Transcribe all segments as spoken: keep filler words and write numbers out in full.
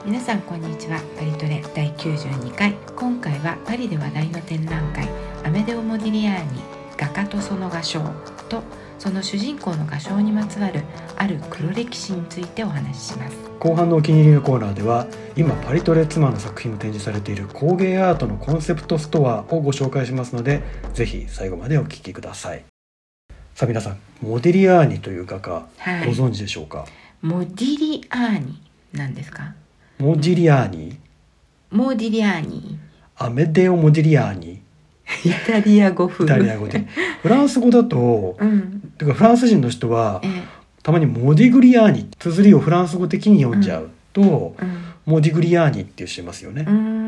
皆さんこんにちは。パリトレだいきゅうじゅうにかい。今回はパリで話題の展覧会アメデオ・モディリアーニ画家とその画商とその主人公の画商にまつわるある黒歴史についてお話しします。 後半のお気に入りのコーナーでは今パリトレ妻の作品も展示されている工芸アートのコンセプトストアをご紹介しますので、ぜひ最後までお聞きください。さあ皆さん、モディリアーニという画家、はい、ご存知でしょうか？ モディリアーニなんですか？ モディリアーニ、 モディリアーニ、 アメデオ・モディリアーニ、 イタリア語風。 イタリア語でフランス語だと、うん、てかフランス人の人は、ええ、たまにモディグリアーニ、綴りをフランス語的に読んじゃうと、うんうん、モディグリアーニっていう人いますよね。 うん、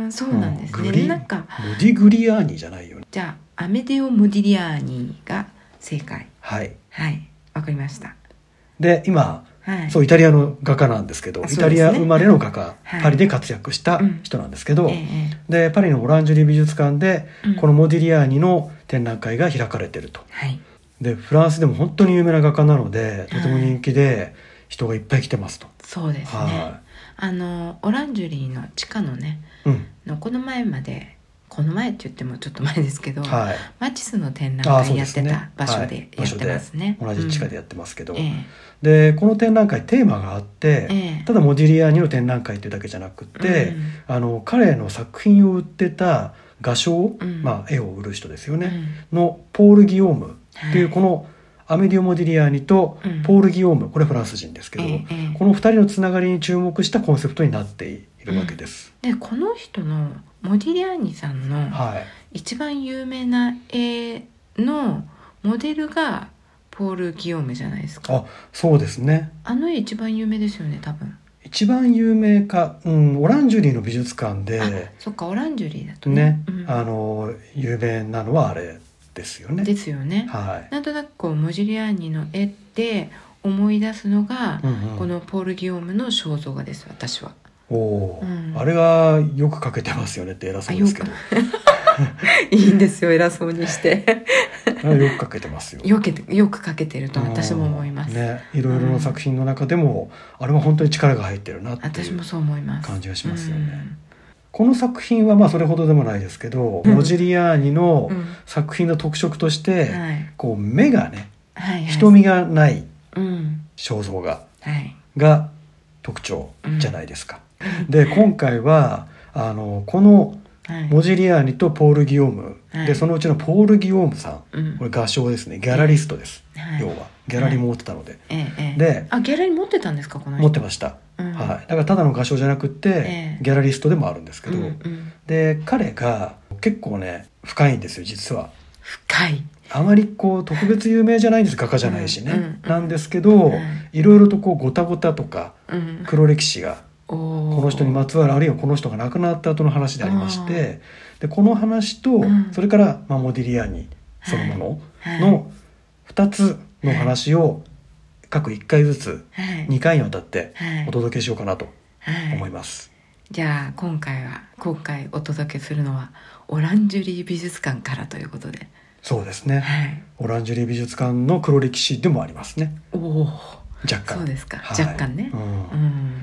そうなんですね、うん、なんかモディグリアーニじゃないよね。 じゃあアメデオ・モディリアーニが正解。 はいはい、わかりました。 で今、はい、そうイタリアの画家なんですけど、ね、イタリア生まれの画家、はい、パリで活躍した人なんですけど、うんええ、でパリのオランジュリー美術館で、うん、このモディリアーニの展覧会が開かれていると、はい、でフランスでも本当に有名な画家なのでとても人気で人がいっぱい来てますと。 そうですね、はい、あのオランジュリーの地下のね、うん、のこの前までこの前って言ってもちょっと前ですけど、はい、マティスの展覧会やってた場所でやってますね。 同じ地下でやってますけど、うんええ、でこの展覧会テーマがあって、ええ、ただモディリアーニの展覧会というだけじゃなくて、うん、あの彼の作品を売ってた画商、うんまあ、絵を売る人ですよね、うん、のポール・ギオームっていう、はい、このアメディオ・モディリアーニとポール・ギオーム、これフランス人ですけど、ええ、このふたりのつながりに注目したコンセプトになっているわけです、 うん、でこの人のモディリアーニさんの一番有名な絵のモデルがポール・ギオームじゃないですか。 あ、そうですね。 あの絵一番有名ですよね、多分。 一番有名か、うん、オランジュリーの美術館で、 あ、そっか、オランジュリーだとね、 ね、うん、あの有名なのはあれですよね。 ですよね、はい、なんとなくこうモディリアーニの絵って思い出すのが、うんうん、このポール・ギオームの肖像画です、私は。 お、うん、あれがよく描けてますよねって偉そうですけどいいんですよ、偉そうにしてよく描けてますよ。 よくよく描けてると私も思います、 ね、いろいろな作品の中でも、うん、あれは本当に力が入ってるなっていう私もそう思います感じがしますよね、うん、この作品はまあそれほどでもないですけど、うん、モディリアーニの作品の特色として、うん、こう目がね、はいはい、瞳がない肖像画が特徴じゃないですか、うん、で今回はあのこのモディリアーニとポール・ギオーム、はい、でそのうちのポール・ギオームさん、うん、これ画商ですね、ギャラリストです、はい、要はギャラリーも持ってたので、はい、であギャラリー持ってたんですか、この人。 持ってました、うんはい、だからただの画商じゃなくて、えー、ギャラリストでもあるんですけど、うんうん、で彼が結構ね深いんですよ、実は。 深い。 あまりこう特別有名じゃないんです、画家じゃないしね、うんうんうん、なんですけど、いろいろとこうゴタゴタとか、うん、黒歴史がこの人にまつわる、あるいはこの人が亡くなった後の話でありまして、でこの話と、うん、それから、まあ、モディリアーニそのもののふたつの話を各いっかいずつにかいにわたってお届けしようかなと思います、 はいはい、じゃあ今回は今回お届けするのはオランジュリー美術館からということで。 そうですね、はい、オランジュリー美術館の黒歴史でもありますね。 おお、 若干。 そうですか、 はい、 若干ね、うんうん、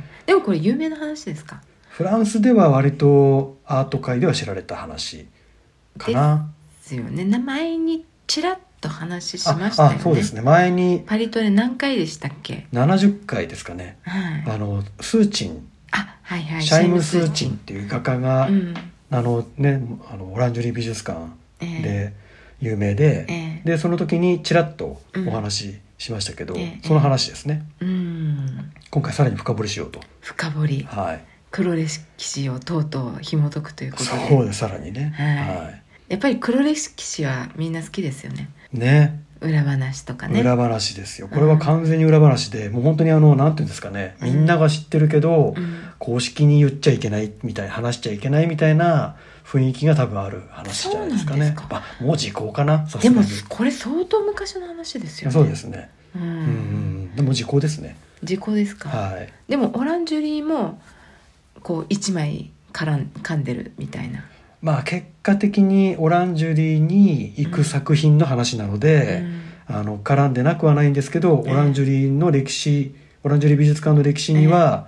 でもこれ有名な話ですか？ フランスでは割とアート界では知られた話かな。 ですよね。前にちらっと話しましたよね。 ああ、そうですね、前にパリトレ何回でしたっけ？ ななじゅっかいですかね、はい、あのスーチン、 あ、はいはい、 シャイム・スーチンっていう画家が、うん、あのね、あのオランジュリー美術館で有名で、えー、でその時にちらっとお話ししましたけど、うんえー、その話ですね、えー、うん今回さらに深掘りしようと。 深掘り、はい、黒歴史をとうとう紐解くということで。 そうです、さらにね、 はいはい、やっぱり黒歴史はみんな好きですよね。 ね、 裏話とかね。 裏話ですよ、これは完全に裏話で、うん、もう本当にあのなんていうんですかね、みんなが知ってるけど、うん、公式に言っちゃいけないみたい、話しちゃいけないみたいな雰囲気が多分ある話じゃないですかね。そうなんですか。あ、もう時効かな。 でもこれ相当昔の話ですよね。 そうですね、うんうん、でも時効ですね。 時効ですか、はい、でもオランジュリーもこう一枚絡ん噛んでるみたいな。 まあ結果的にオランジュリーに行く作品の話なので、うん、あの絡んでなくはないんですけど、オランジュリーの歴史、オランジュリー美術館の歴史には、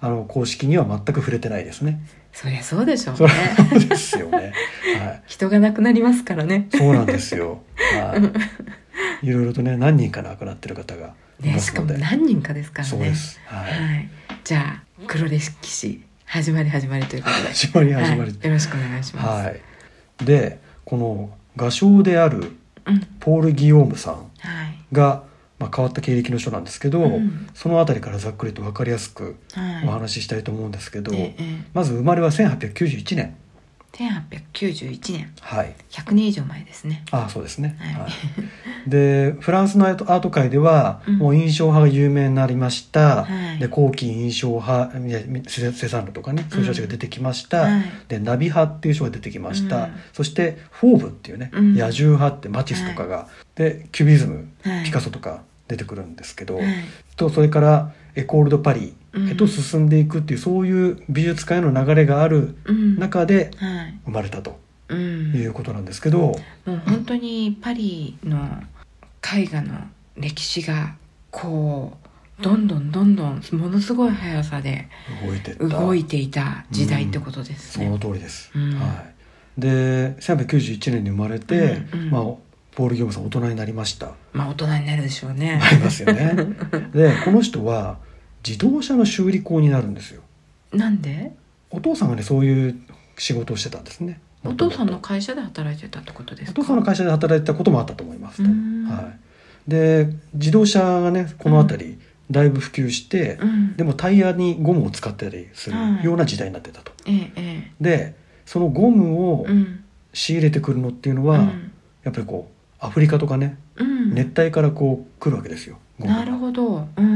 あの公式には全く触れてないですね。 そりゃそうでしょうね。 そうですよね、はい、 人が亡くなりますからね。 そうなんですよ、はい、いろいろとね何人か亡くなってる方がいますので、 ね、しかも何人かですからね。 そうです、はいはい、じゃあ黒歴史始まり始まりということで始まり始まり、 はい、よろしくお願いします、 はい、でこの画商であるポール・ギヨームさんが、まあ、変わった経歴の人なんですけど、うん、そのあたりからざっくりと分かりやすくお話ししたいと思うんですけど、はい、まず生まれはせんはっぴゃくきゅうじゅういちねんせんはっぴゃくきゅうじゅういちねん、 はい、 ひゃくねん以上前ですね。 ああそうですね、はいはい、でフランスのアート、アート界では、うん、もう印象派が有名になりました、はい、で後期印象派セザンヌとかねそういう人たちが出てきました、うんはい、でナビ派っていう人が出てきました、うん、そしてフォーブっていうね、うん、野獣派ってマティスとかが、はい、でキュビズム、はい、ピカソとか出てくるんですけど、はい、とそれからエコール・ド・パリへと進んでいくっていう、うん、そういう美術界の流れがある中で生まれたということなんですけど、 うん、もう本当にパリの絵画の歴史がこうどんどんどんどんものすごい速さで動いていた、 動いていた時代ってことですね、 うん、その通りです、うんはい、でせんはっぴゃくきゅうじゅういちねんに生まれて、うんうんまあ、ポール・ギヨームさん大人になりました。 まあ大人になるでしょうね。 なりますよねでこの人は自動車の修理工になるんですよ。 なんで？ お父さんがねそういう仕事をしてたんですね。 お父さんの会社で働いてたってことですか？ お父さんの会社で働いてたこともあったと思います、はい、で自動車がねこの辺りだいぶ普及して、うん、でもタイヤにゴムを使ったりするような時代になってたと、 うんええ、 でそのゴムを仕入れてくるのっていうのは、うん、やっぱりこうアフリカとかね、うん、熱帯からこう来るわけですよ。 なるほど、うんうん、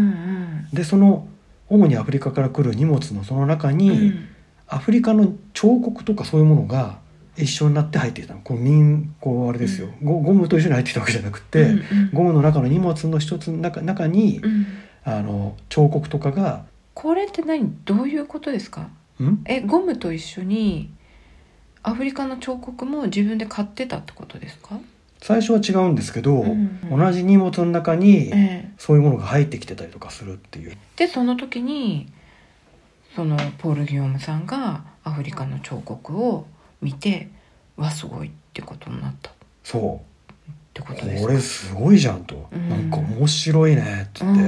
でその主にアフリカから来る荷物のその中に、うん、アフリカの彫刻とかそういうものが一緒になって入っていたの。こう民こうあれですよ、うん、ゴ, ゴムと一緒に入っていたわけじゃなくて、うんうん、ゴムの中の荷物の一つの 中, 中に、うん、あの彫刻とかが。 これって何どういうことですか？ んえゴムと一緒にアフリカの彫刻も自分で買ってたってことですか？ 最初は違うんですけど、うんうん、同じ荷物の中にそういうものが入ってきてたりとかするっていう、 でその時にそのポール・ギヨームさんがアフリカの彫刻を見てわすごいってことになったそうってことですか？ これすごいじゃんと、うん、なんか面白いねって言って、うん、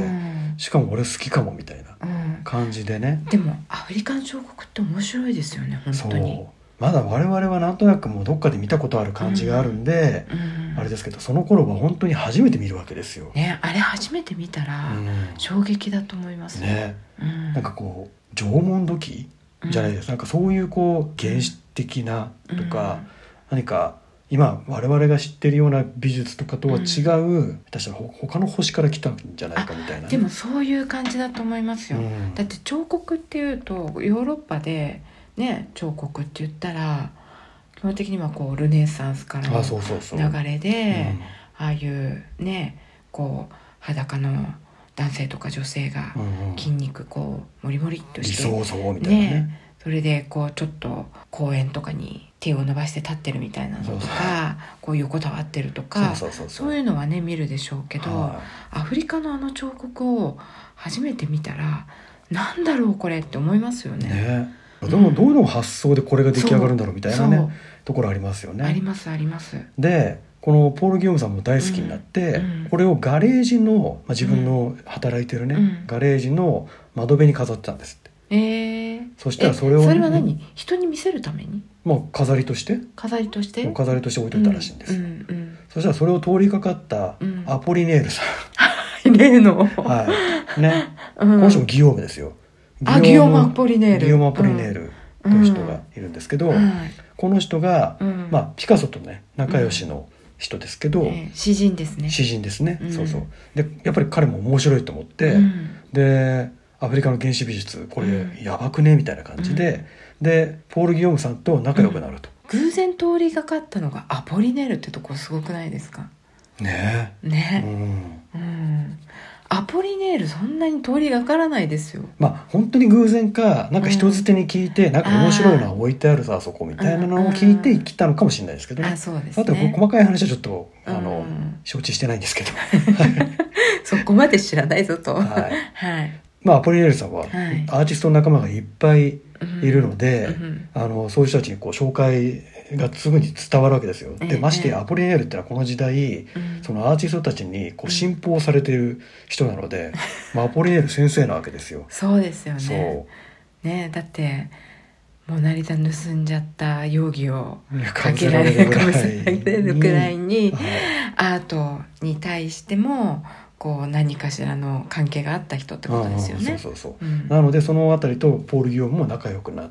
しかも俺好きかもみたいな感じでね、 うん、でもアフリカの彫刻って面白いですよね本当に。 そうまだ我々はなんとなくもうどっかで見たことある感じがあるんで、うんうん、あれですけどその頃は本当に初めて見るわけですよ、 ね、あれ初めて見たら衝撃だと思いますね, ね、うん、なんかこう縄文土器じゃないです、うん、なんかそういうこう原始的なとか、うん、何か今我々が知ってるような美術とかとは違う、うん、私は他の星から来たんじゃないかみたいな、ね、 でもそういう感じだと思いますよ、うん、だって彫刻っていうとヨーロッパでね、彫刻って言ったら基本的にはこうルネサンスからの流れでああいうねこう裸の男性とか女性が筋肉こうモリモリっとして、 理想像みたいなね、ねそれでこうちょっと公園とかに手を伸ばして立ってるみたいなのとかこう横たわってるとかそういうのはね見るでしょうけど、はい、アフリカのあの彫刻を初めて見たらなんだろうこれって思いますよね。 ねでもどの発想でこれが出来上がるんだろうみたいなねところありますよね。 ありますあります。 でこのポール・ギヨームさんも大好きになって、うんうん、これをガレージの、まあ、自分の働いてるね、うん、ガレージの窓辺に飾ってたんですって。 えー、 そしたらそれを、ね、 それは何人に見せるために？ まあ飾りとして飾りとして飾りとして置いといたらしいんですよ、うんうんうん、そしたらそれを通りかかったアポリネールさん、うん、例のはいね、うん、この人もギヨームですよ。 あギヨーム・アポリネールギヨーム・アポリネールという人がいるんですけど、うんうん、この人が、うんまあ、ピカソとね仲良しの人ですけど、うんえー、詩人ですね詩人ですね、うん、そうそうでやっぱり彼も面白いと思って、うん、でアフリカの原始美術これやばくねみたいな感じで、うん、でポール・ギヨームさんと仲良くなると、 うん、偶然通りがかったのがアポリネールってとこすごくないですかねえね、うんうんアポリネールそんなに通りがからないですよ。 まあ本当に偶然かなんか人づてに聞いて、うん、なんか面白いのは置いてあるさあそこみたいなのを聞いて来たのかもしれないですけどね。 あそうですね。 あと細かい話はちょっとあの、うん、承知してないんですけどそこまで知らないぞと。 はい。 はい。 まあ、アポリネールさんはアーティストの仲間がいっぱいいるので、はい、あのそういう人たちにこう紹介がすぐに伝わるわけですよ。でましてやアポリネールってのはこの時代、うん、そのアーティストたちにこう信奉されている人なので、うんまあ、アポリネール先生なわけですよ。 そうですよね。 そうね、だってモナリザ盗んじゃった容疑をかけられるかもしれないくらいに、アートに対してもこう何かしらの関係があった人ってことですよね。 そうそうそう、うん、なのでそのあたりとポール・ギヨームも仲良くなって、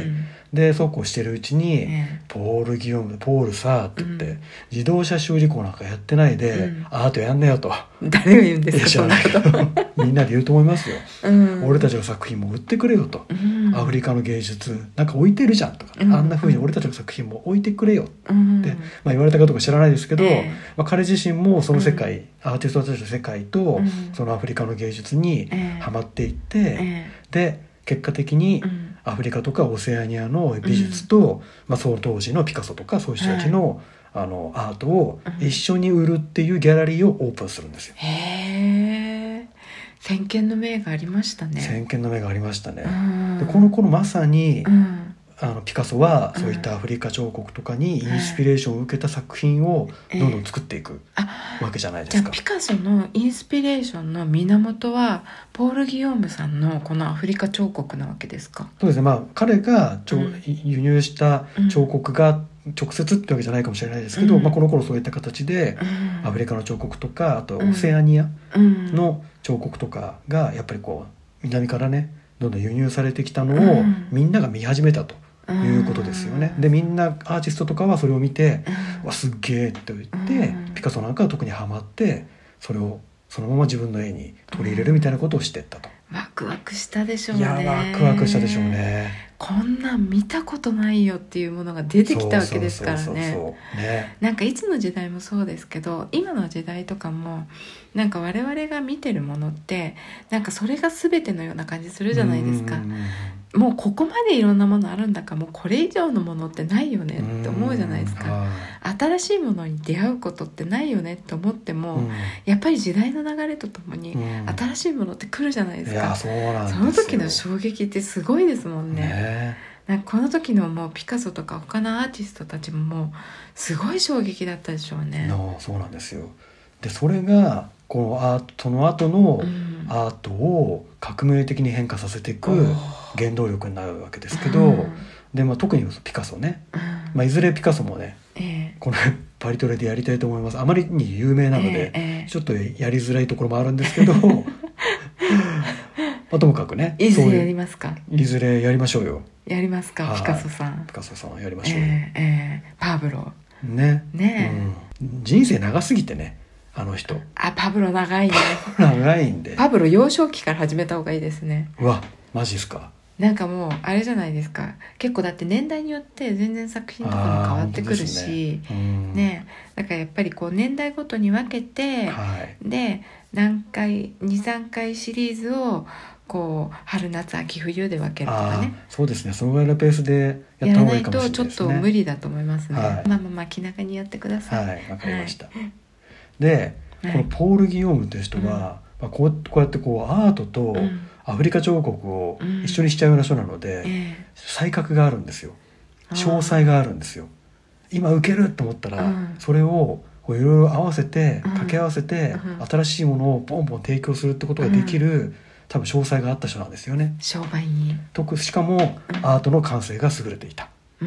うん、でそうこうしてるうちに、うん、ポール・ギヨームポールさって言って、うん、自動車修理工なんかやってないで、うん、アートやんなよと。 誰が言うんですかそんなことみんなで言うと思いますよ、うん、俺たちの作品も売ってくれよと、うん、アフリカの芸術なんか置いてるじゃんとか、うん、あんな風に俺たちの作品も置いてくれよって、うんまあ、言われたかどうか知らないですけど、えーまあ、彼自身もその世界、うん、アーティストたちの世界と、うん、そのアフリカの芸術にハマっていって、えー、で結果的にアフリカとかオセアニアの美術と、うんまあ、その当時のピカソとかそういう人たちの、はいあのアートを一緒に売るっていうギャラリーをオープンするんですよ。 へー、先見の明がありましたね。 先見の明がありましたね。でこの頃まさに、うん、あのピカソはそういったアフリカ彫刻とかにインスピレーションを受けた作品をどんどん作っていくわけじゃないですか。 じゃあピカソのインスピレーションの源はポール・ギヨームさんのこのアフリカ彫刻なわけですか。 そうですね、まあ、彼が、うん、輸入した彫刻が直接ってわけじゃないかもしれないですけど、うんまあ、この頃そういった形で、うん、アフリカの彫刻とかあとオセアニアの彫刻とかがやっぱりこう南からねどんどん輸入されてきたのを、うん、みんなが見始めたということですよね。でみんなアーティストとかはそれを見て、うん、わすっげえって言って、うん、ピカソなんかは特にハマってそれをそのまま自分の絵に取り入れるみたいなことをしていったと。 ワクワクしたでしょうね。いやワクワクしたでしょうね。 こんなん見たことないよっていうものが出てきたわけですからね。なんかいつの時代もそうですけど今の時代とかもなんか我々が見てるものってなんかそれが全てのような感じするじゃないですか。もうここまでいろんなものあるんだからもうこれ以上のものってないよねって思うじゃないですか。新しいものに出会うことってないよねって思っても、うん、やっぱり時代の流れとともに新しいものって来るじゃないですか。いやそうなんですよ。その時の衝撃ってすごいですもんね。ねなんかこの時のもうピカソとか他のアーティストたちももうすごい衝撃だったでしょうね。 のそうなんですよ。でそれがこのアートその後のアートを革命的に変化させていく原動力になるわけですけど、うん、でまあ、特にピカソね、うんまあ、いずれピカソもね、えー、このパリトレでやりたいと思います。あまりに有名なので、えーえー、ちょっとやりづらいところもあるんですけどまあ、ともかくねいずれやりますか。 いずれやりましょうよ。 やりますか、ピカソさん。 ピカソさんやりましょうよ、 えーえー、パブロねね、 うん、人生長すぎてねあの人。 あパブロ長いね長いんでパブロ幼少期から始めた方がいいですね。 うわマジっすか。なんかもうあれじゃないですか。結構だって年代によって全然作品とかも変わってくるし ね, ねだからやっぱりこう年代ごとに分けて、はい、で何回 にさんかいシリーズをこう春夏秋冬で分けるとかね。 そうですね。そのぐらいのペースでやった方がいいかもしれないですね。やらないとちょっと無理だと思いますね、はい、まあまあまあ気長にやってください。 はいわかりました、はい、でこのポール・ギヨームという人は、うんまあ、こう、こうやってこうアートとアフリカ彫刻を一緒にしちゃうような人なので、うんえー、才覚があるんですよ。詳細があるんですよ。今受けると思ったら、うん、それをいろいろ合わせて掛け合わせて、うん、新しいものをボンボン提供するってことができる、うん、多分詳細があった人なんですよね。 商売に特しかもアートの感性が優れていた、うん、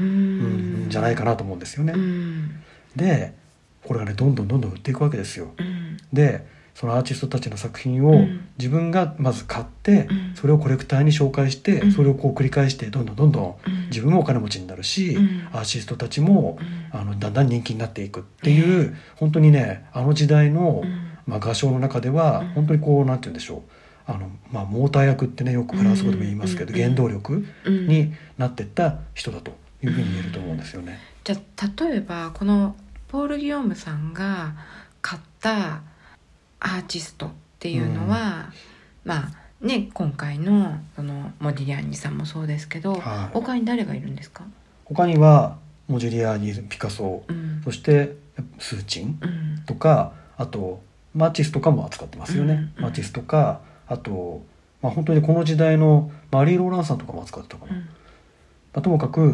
じゃないかなと思うんですよね、うん、でこれがねどんどんどんどん売っていくわけですよ、うん、でそのアーティストたちの作品を自分がまず買って、うん、それをコレクターに紹介して、うん、それをこう繰り返してどんどんどんどん自分もお金持ちになるし、うん、アーティストたちも、うん、あのだんだん人気になっていくっていう、うん、本当にねあの時代の、うんまあ、画商の中では、うん、本当にこうなんて言うんでしょうあの、まあ、モーター役ってねよくフランス語でも言いますけど、うん、原動力になっていった人だというふうに言えると思うんですよね、 うん、じゃあ例えばこのポール・ギヨームさんが買ったアーティストっていうのは、うん、まあね今回のそのモディリアーニさんもそうですけど、はい、他に誰がいるんですか？ 他にはモディリアーニ、ピカソ、うん、そしてスーチンとか、うん、あとマティスとかも扱ってますよね、うんうん、マティスとかあとまあ、本当にこの時代のマリー・ローランさんとかも扱ってたかな、うん、まあ、ともかく、うん、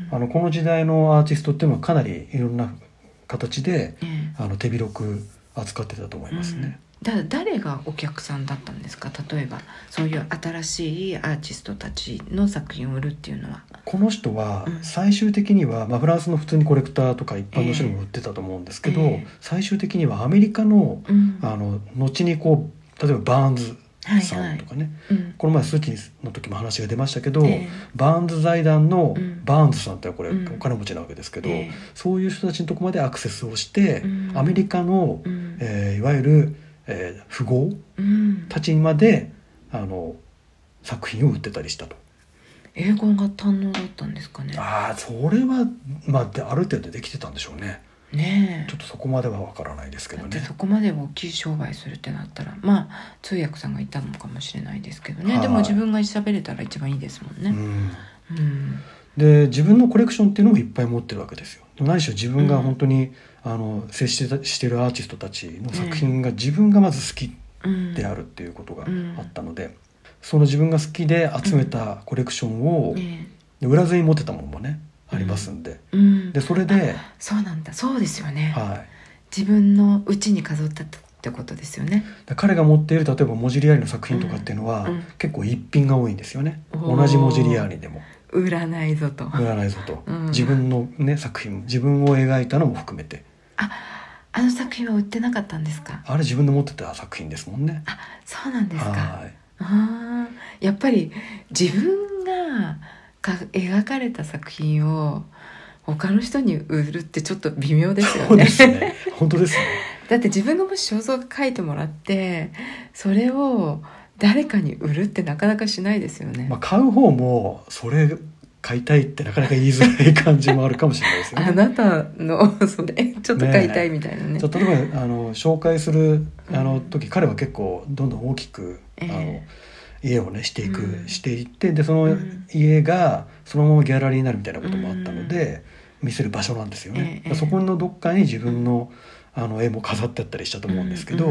あのこの時代のアーティストっていうのはかなりいろんな形で、うん、あの手広く扱ってたと思いますね、 うん、だ誰がお客さんだったんですか？例えばそういう新しいアーティストたちの作品を売るっていうのは。 この人は最終的には、うん、まあ、フランスの普通にコレクターとか一般の人にも売ってたと思うんですけど、えー、最終的にはアメリカの、うん、あの後にこう例えばバーンズさんとかね、はいはい、うん、この前スーキーの時も話が出ましたけど、えー、バーンズ財団のバーンズさんってこれ、うん、お金持ちなわけですけど、えー、そういう人たちのとこまでアクセスをして、うん、アメリカの、うん、えー、いわゆる、えー、富豪たちにまであの作品を売ってたりしたと。 英語が堪能だったんですかね。 ああ、それは、まあ、ある程度できてたんでしょうね。 ねえ、 ちょっとそこまでは分からないですけどね。 だってそこまで大きい商売するってなったら、まあ通訳さんがいたのかもしれないですけどね、はい、でも自分が喋れたら一番いいですもんね、うんうん、 で自分のコレクションっていうのもいっぱい持ってるわけですよ。何しろ自分が本当に、うん、あの接してたしてるアーティストたちの作品が自分がまず好きであるっていうことがあったので、うんうん、その自分が好きで集めたコレクションを、うん、売らずに持ってたものもねありますんで、うん、でそれでそうなんだ、そうですよね、 はい、 自分の家に飾ったってことですよね。 彼が持っている例えばモジリアーニの作品とかっていうのは、うん、結構一品が多いんですよね。同じモジリアーニでも売らないぞと売らないぞと、うん、自分の、ね、作品自分を描いたのも含めて。 あ、あの作品は売ってなかったんですか？ あれ自分の持ってた作品ですもんね。 あ、そうなんですか。 はい、 あ、やっぱり自分がか描かれた作品を他の人に売るってちょっと微妙ですよね。 そうですね、本当ですね。 だって自分がもし肖像画描いてもらってそれを誰かに売るってなかなかしないですよね。 まあ、買う方もそれ買いたいってなかなか言いづらい感じもあるかもしれないですよね。 あなたのそれちょっと買いたいみたいなね。 ね、例えばあの紹介するあの時、うん、彼は結構どんどん大きく、えー、あの家をねしていく、うん、していってでその家がそのままギャラリーになるみたいなこともあったので、うん、見せる場所なんですよね、えー、そこのどっかに自分の、あの絵も飾ってあったりしたと思うんですけど、うん、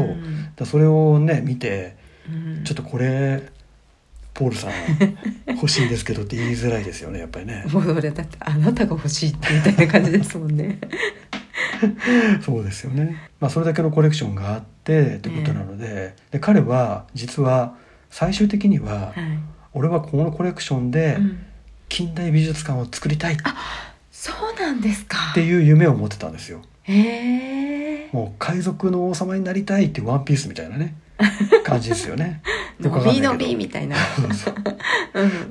だそれをね見て、うん、ちょっとこれポールさん欲しいんですけどって言いづらいですよね、やっぱりね。 もう俺だってあなたが欲しいってみたいな感じですもんね。 そうですよね、まあ、それだけのコレクションがあってってことなので、えー、で彼は実は最終的には、はい、俺はこのコレクションで近代美術館を作りたい、うん、 あ、そうなんですかっていう夢を持ってたんですよ。 へー、 もう海賊の王様になりたいっていうワンピースみたいなね感じですよね。 のびのびみたいなそう、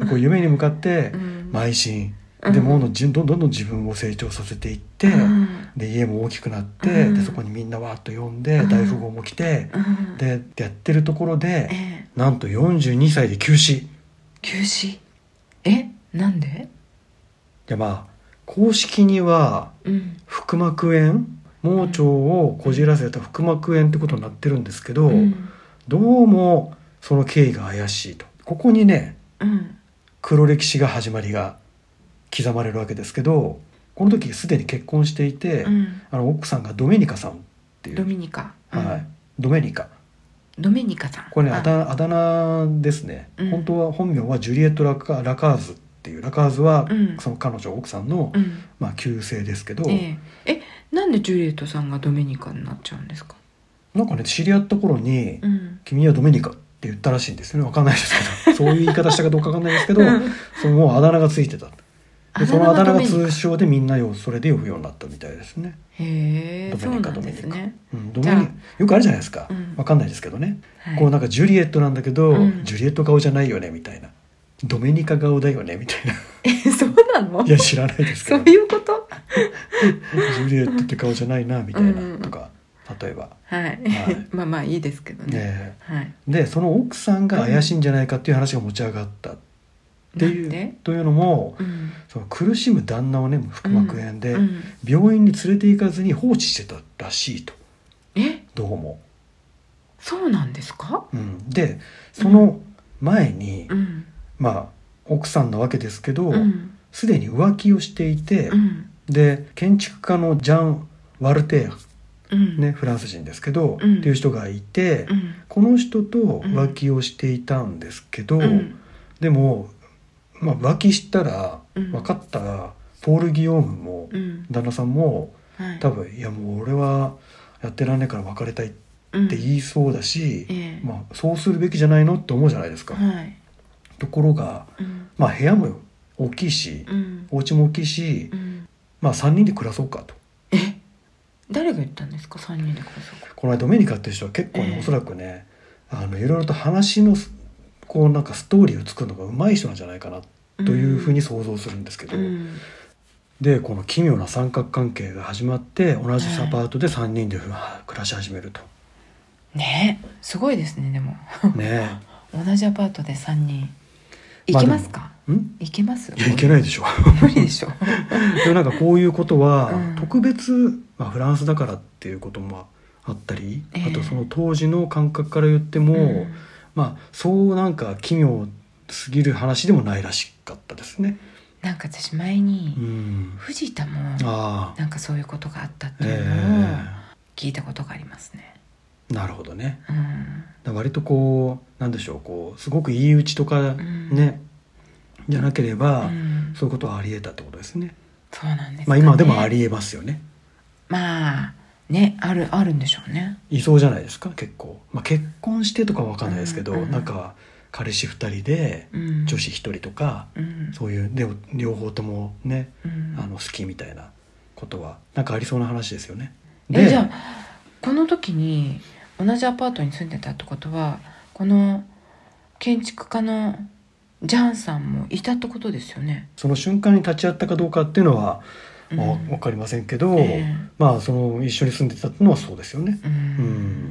こう夢に向かって邁進、うん、でもどんどんどんどん自分を成長させていって、うん、で家も大きくなって、うん、でそこにみんなわーっと呼んで、うん、大富豪も来て、うん、でやってるところで、えー、なんとよんじゅうにさいで急死。 急死？え、なんで？ いや、まあ公式には腹膜炎、盲腸をこじらせた腹膜炎ってことになってるんですけど、うん、どうもその経緯が怪しいと。ここにね、うん、黒歴史が始まりが刻まれるわけですけど、この時すでに結婚していて、うん、あの奥さんがドメニカさんっていう。 ドメニカ、 はい、うん、ドメニカドメニカさん、 これね、あだ、あだ名ですね、うん、本当は本名はジュリエット・ラカ、ラカーズっていう、ラカーズはその彼女奥さんの、うん、まあ、旧姓ですけど、 ええ、え、なんでジュリエットさんがドメニカになっちゃうんですか？ なんかね、知り合った頃に、うん、君はドメニカって言ったらしいんですよね。分かんないですけどそういう言い方したかどうか分かんないですけど、うん、そのもうあだ名がついてた。でそのあだ名が通称でみんなをそれで呼ぶようになったみたいですね。 へえ、 ドメニカ、ドメニカ、 ね、 うん、ドメニカよくあるじゃないですか、うん、分かんないですけどね、はい、こうなんかジュリエットなんだけど、うん、ジュリエット顔じゃないよねみたいな、ドメニカ顔だよねみたいな。 え、そうなの？ いや知らないですけど、 そういうことジュリエットって顔じゃないなみたいな、うん、とか例えば、 はいはい、まあまあいいですけど ね, ね、はい、 でその奥さんが怪しいんじゃないかっていう話が持ち上がったっていう、というのも、うん、その苦しむ旦那をね腹膜炎で、うん、病院に連れて行かずに放置してたらしいと。 え、 どうもそうなんですか？ うん、でその前に、うん、まあ奥さんなわけですけどすで、うん、に浮気をしていて、うん、で建築家のジャン・ワルテーうんね、フランス人ですけど、 うんっていう人がいて、 うん、 この人と浮気をしていたんですけど、 うん、 でも、まあ、浮気したら、 うん、 分かったらポール・ギヨームも、 うん、 旦那さんも、 はい、 多分いやもう俺はやってらんねえから別れたいって言いそうだし、 うんええ、 まあ、そうするべきじゃないのって思うじゃないですか、 はい、 ところが、 うんまあ、部屋も大きいし、 うん、 お家も大きいし、 うん、 まあ、さんにんで暮らそうかと。 え誰が言ったんですか、さんにんで暮らそうか。 この間ドメニカっていう人は結構ね、 ええ、 おそらくね、あのいろいろと話のこうなんかストーリーを作るのが上手い人なんじゃないかなというふうに想像するんですけど、 うん、 でこの奇妙な三角関係が始まって同じアパートでさんにんで暮らし始めると、 ねえすごいですね。でもね同じアパートでさんにん行けますか、 まあ、ん行けます？ いやいけないでしょ無理でしょでもなんかこういうことはうん特別、まあ、フランスだからっていうこともあったり、 ええ、 あとその当時の感覚から言っても、 うん、 まあそうなんか奇妙すぎる話でもないらしかったですね。 なんか私前に、 うん、 藤田もあなんかそういうことがあったっていうのを聞いたことがありますね、 えー、なるほどね、 うん、 だ割とこうなんでしょう、こうすごく言い打ちとかね、うん、じゃなければ、うん、そういうことはありえたってことですね。 そうなんですかね。 まあ今でもありえますよね。 まあね、あるあるんでしょうね。 いそうじゃないですか結構、まあ、結婚してとかは分かんないですけど、 うんうん、 なんか彼氏ふたりで女子ひとりとか、うん、そういうで両方ともね、うん、あの好きみたいなことはなんかありそうな話ですよね。 でえじゃあこの時に同じアパートに住んでたってことはこの建築家のジャンさんもいたってことですよね。 その瞬間に立ち会ったかどうかっていうのは、うん、まあ、分かりませんけど、えー、まあその一緒に住んでたっていうのはそうですよね、うんうん、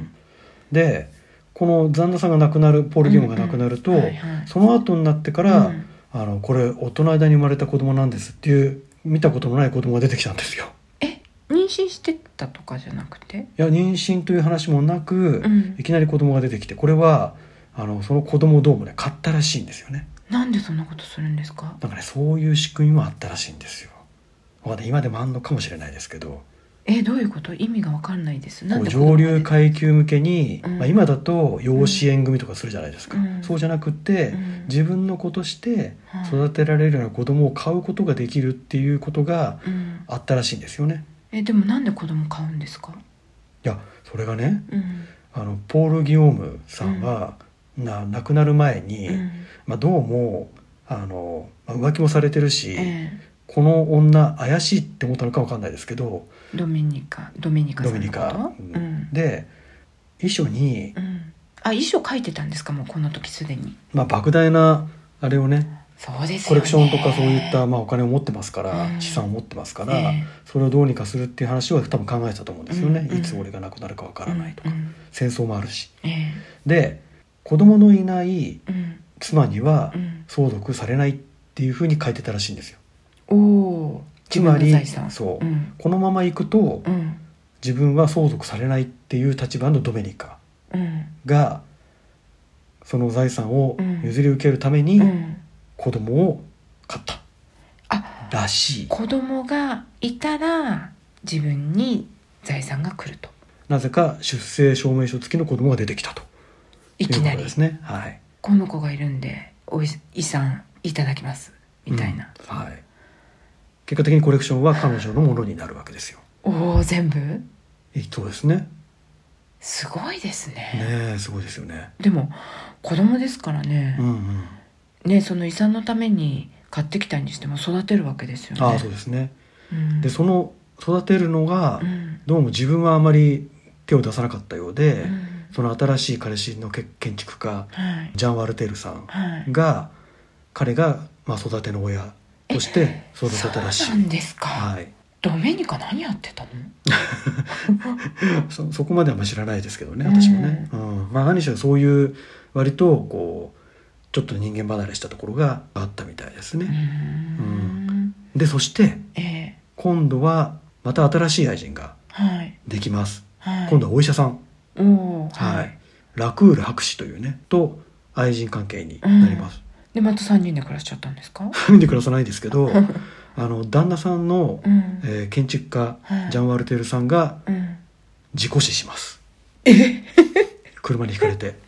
でこの旦那さんが亡くなるポール・ギヨームが亡くなると、うんうんはいはい、その後になってから、うん、あのこれ大人の間に生まれた子供なんですっていう見たことのない子供が出てきたんですよ。 え妊娠してたとかじゃなくて？ いや妊娠という話もなく、うん、いきなり子供が出てきて、これはあのその子供をどうもね買ったらしいんですよね。 なんでそんなことするんですか？ なんかねそういう仕組みもあったらしいんですよ。まだ今でもあんのかもしれないですけど。 えどういうこと？意味が分かんないです。 なんで上流階級向けに、うんまあ、今だと養子縁組とかするじゃないですか、うん、そうじゃなくて、うん、自分の子として育てられるような子供を買うことができるっていうことがあったらしいんですよね、 うん、えでもなんで子供買うんですか？ いやそれがね、 うん、 あのポール・ギヨームさんは、うん、な亡くなる前に、うんまあ、どうもあの、まあ、浮気もされてるし、えーこの女怪しいって思ったのか分かんないですけど、 ドミニカドミニカさんのこと、 ドミニカ、うん、で遺書に、 うん、あ遺書書いてたんですか？もうこの時すでに、 まあ、莫大なあれをね、 そうですよね、 コレクションとかそういった、まあ、お金を持ってますから、うん、資産を持ってますから、えー、それをどうにかするっていう話は多分考えてたと思うんですよね、うんうん、いつ俺が亡くなるか分からないとか、うんうん、戦争もあるし、えー、で子供のいない妻には相続されないっていうふうに書いてたらしいんですよ。 おつまりそう、うん、このままいくと、うん、自分は相続されないっていう立場のドメニカが、うん、その財産を譲り受けるために子供を買ったらしい、 うん、子供がいたら自分に財産が来ると。 なぜか出生証明書付きの子供が出てきたといきなりですね、はい、 この子がいるんでお遺産いただきますみたいな、 うん、はい。結果的にコレクションは彼女のものになるわけですよ。 おお全部？ そうですね。 すごいですね。 ねえすごいですよね。 でも子供ですからね、うんうん、ねその遺産のために買ってきたにしても育てるわけですよね。 ああそうですね、うん、でその育てるのが、うん、どうも自分はあまり手を出さなかったようで、うん、その新しい彼氏の建築家、はい、ジャン・ワルテールさんが、はい、彼が、まあ、育ての親として育てたらしい。 そうなんですか、 はい、 ドメニカ何やってたのそ, そこまでは知らないですけどね私もね、うんうん、まあ何しろそういう割とこうちょっと人間離れしたところがあったみたいですね。うん、うん、でそして、えー、今度はまた新しい愛人ができます、はい、今度はお医者さん、お、はいはい、ラクール博士というねと愛人関係になります、 うん、でまたさんにんで暮らしちゃったんですか？ さんにんで暮らさないですけどあの旦那さんの、うんえー、建築家、はい、ジャン・ワルテールさんが、うん、 事故死します。 え車にひかれて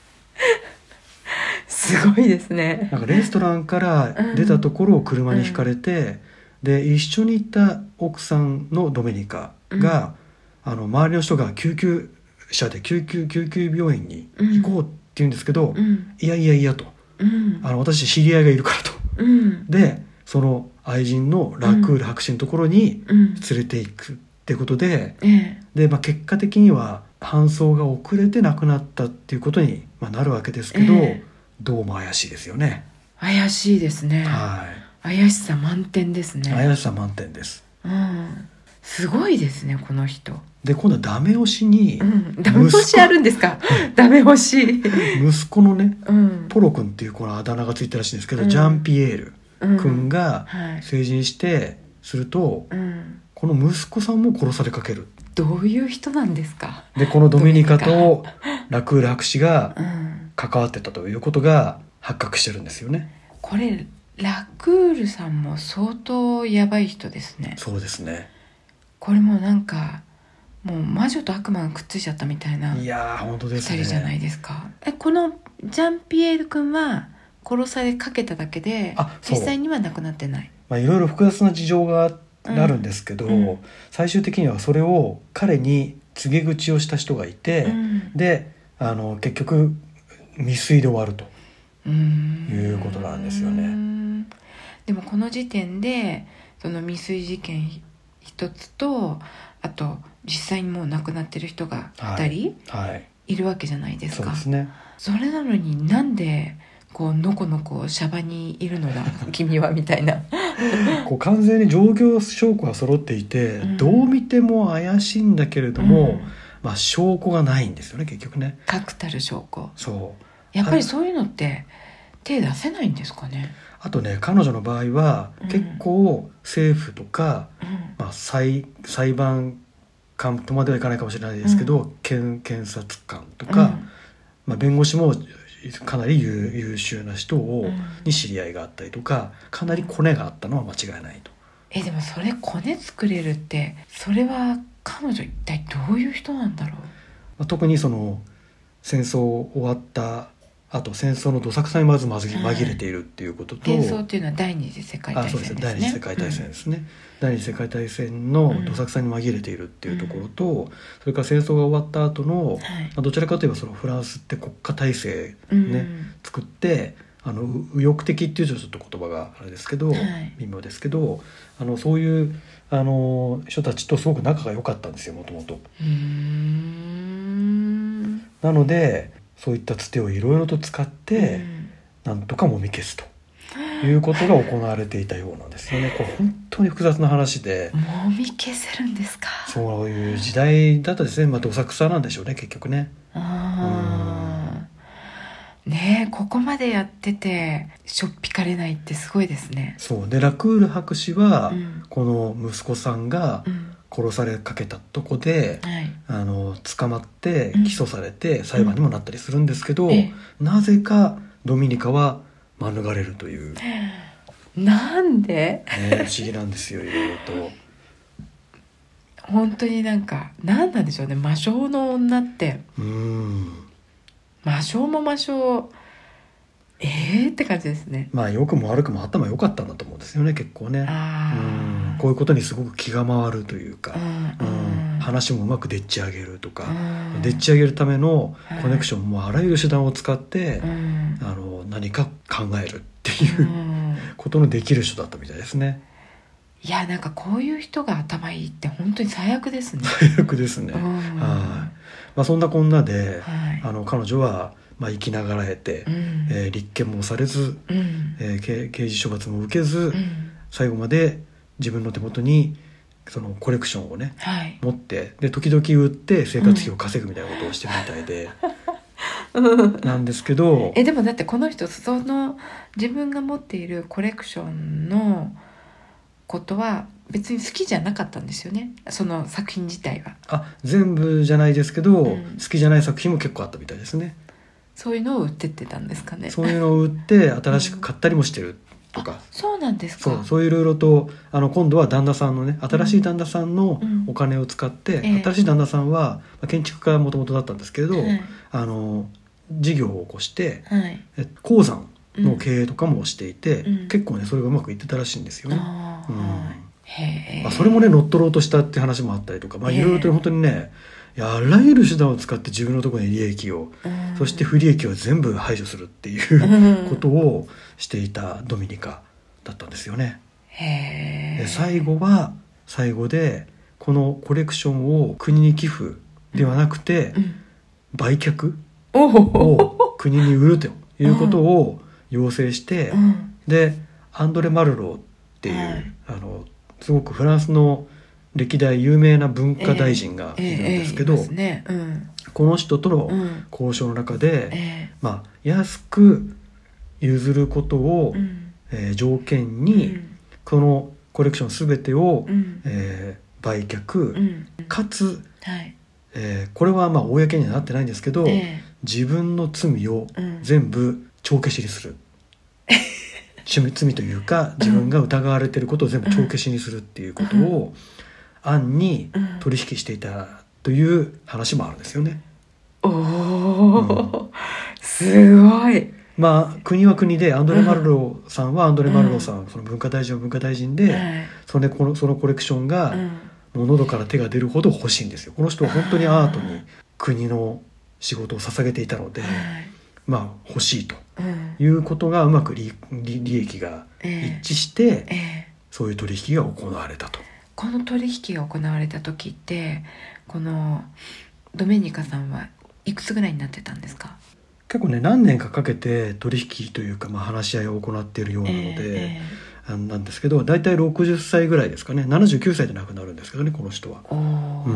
すごいですね。 なんかレストランから出たところを車にひかれて、うん、で一緒に行った奥さんのドメニカが、うん、あの周りの人が救急車で救急救急病院に行こうって言うんですけど、うん、いやいやいやと、うん、あの私知り合いがいるからと、うん、でその愛人のラクール博士のところに連れていくってことで、うん、で、まあ、結果的には搬送が遅れて亡くなったっていうことになるわけですけど、えー、どうも怪しいですよね。 怪しいですね、 はい、 怪しさ満点ですね。 怪しさ満点です、 うん、すごいですねこの人。 で今度はダメ押しに、 うん、ダメ押しあるんですかダメ押し息子のね、 うん、 ポロ君っていうこのあだ名がついたらしいんですけど、うん、ジャンピエール君が成人してすると、うん、この息子さんも殺されかける。 どういう人なんですか。 でこのドミニカとラクール博士が関わってたということが発覚してるんですよね。 これラクールさんも相当やばい人ですね。 そうですね。 これもなんかもう魔女と悪魔がくっついちゃったみたいな。 いやー本当ですね。 ふたりじゃないですか。えこのジャンピエール君は殺されかけただけで実際には亡くなってない。 まあいろいろ複雑な事情があるんですけど、うんうん、最終的にはそれを彼に告げ口をした人がいて、うん、であの結局未遂で終わるということなんですよね。 でもこの時点でその未遂事件一つとあと実際にもう亡くなってる人がふたりいるわけじゃないですか、 はいはい、そうですね。 それなのになんでこうのこのこシャバにいるのだ君はみたいなこう完全に状況証拠が揃っていて、うん、どう見ても怪しいんだけれども、うんまあ、証拠がないんですよね結局ね。 確たる証拠。 そうやっぱりそういうのって手出せないんですかね。 あとね彼女の場合は、うん、結構政府とか、うんまあ、裁, 裁判官とまではいかないかもしれないですけど、うん、検, 検察官とか、うんまあ、弁護士もかなり 優, 優秀な人を、うん、に知り合いがあったりとかかなりコネがあったのは間違いないと。 えでもそれコネ作れるってそれは彼女一体どういう人なんだろう。まあ、特にその戦争終わったあと戦争のどさくさにまず紛れているっていうことと、 戦争っていうのは第二次世界大戦ですね。あ、そうです、 第二次世界大戦ですね、うん、第二次世界大戦のどさくさに紛れているっていうところと、うん、それから戦争が終わった後の、はいまあ、どちらかといえばそのフランスって国家体制ね、うん、作ってあの右翼的っていうとちょっと言葉があれですけど、はい、微妙ですけどあのそういうあの人たちとすごく仲が良かったんですよもともと。なのでそういったつてをいろいろと使って、うん、なんとかもみ消すということが行われていたようなんですよね。これ本当に複雑な話でもみ消せるんですか。 そういう時代だったですね。まあどさくさなんでしょうね結局ね。 あうんねえここまでやっててしょっぴかれないってすごいですね。 そうでラクール博士は、うん、この息子さんが、うん殺されかけたとこで、はい、あの捕まって起訴されて裁判にもなったりするんですけど、うん、なぜかドミニカは免れるという。 なんで、 ね、不思議なんですよいろいろと。 本当になんか何なんでしょうね魔性の女って。うーん魔性も魔性えーって感じですね。 まあ良くも悪くも頭良かったんだと思うんですよね結構ね。あうんこういうことにすごく気が回るというか、うんうん、話もうまくでっち上げるとか、うん、でっち上げるためのコネクションもあらゆる手段を使って、うん、あの何か考えるっていう、うん、ことのできる人だったみたいですね。 いやなんかこういう人が頭いいって本当に最悪ですね。 最悪ですね。はい、まあ、そんなこんなで、はい、あの彼女はまあ、生きながらえて、うんえー、立件もされず、うんえー、刑事処罰も受けず、うん、最後まで自分の手元にそのコレクションをね、はい、持ってで時々売って生活費を稼ぐみたいなことをしてるみたいで、うん、なんですけどえでもだってこの人その自分が持っているコレクションのことは別に好きじゃなかったんですよねその作品自体は。 あ全部じゃないですけど、うん、好きじゃない作品も結構あったみたいですね。 そういうのを売ってってたんですかね。 そういうのを売って新しく買ったりもしてるとか、 そうなんですか。 そうそういういろいろとあの今度は旦那さんのね新しい旦那さんのお金を使って、うんうん、新しい旦那さんは、まあ、建築家もともとだったんですけれど、はい、あの事業を起こして、はい、鉱山の経営とかもしていて、うん、結構ねそれがうまくいってたらしいんですよね。あ、うんへまあ、それもね乗っ取ろうとしたって話もあったりとか、まあ、いろいろと本当にねあらゆる手段を使って自分のところに利益を、うん、そして不利益を全部排除するっていうことをしていたドミニカだったんですよね。へで最後は最後でこのコレクションを国に寄付ではなくて、うん、売却を国に売るということを要請して、うん、でアンドレ・マルローっていう、はい、あのすごくフランスの歴代有名な文化大臣がいるんですけど、えーえーねうん、この人との交渉の中で、うんえーまあ、安く譲ることを、うんえー、条件に、うん、このコレクション全てを、うんえー、売却、うん、かつ、はいえー、これはまあ公にはなってないんですけど、えー、自分の罪を全部帳消しにする、うん、罪というか自分が疑われていることを全部帳消しにするっていうことを、うん案に取引していたという話もあるんですよね。 おー、うん、すごい。 まあ国は国でアンドレ・マルローさんはアンドレ・マルローさん、うん、その文化大臣は文化大臣で、うん、それでこのそのコレクションが、うん、もう喉から手が出るほど欲しいんですよ。この人は本当にアートに国の仕事を捧げていたので、うん、まあ欲しいということがうまく 利, 利益が一致して、えーえー、そういう取引が行われたと。 この取引が行われた時ってこのドメニカさんはいくつぐらいになってたんですか？ 結構ね何年かかけて取引というか、まあ、話し合いを行っているようなので、えーえー、なんですけどだいたいろくじゅっさいぐらいですかね。ななじゅうきゅうさいで亡くなるんですけどねこの人は。おうん、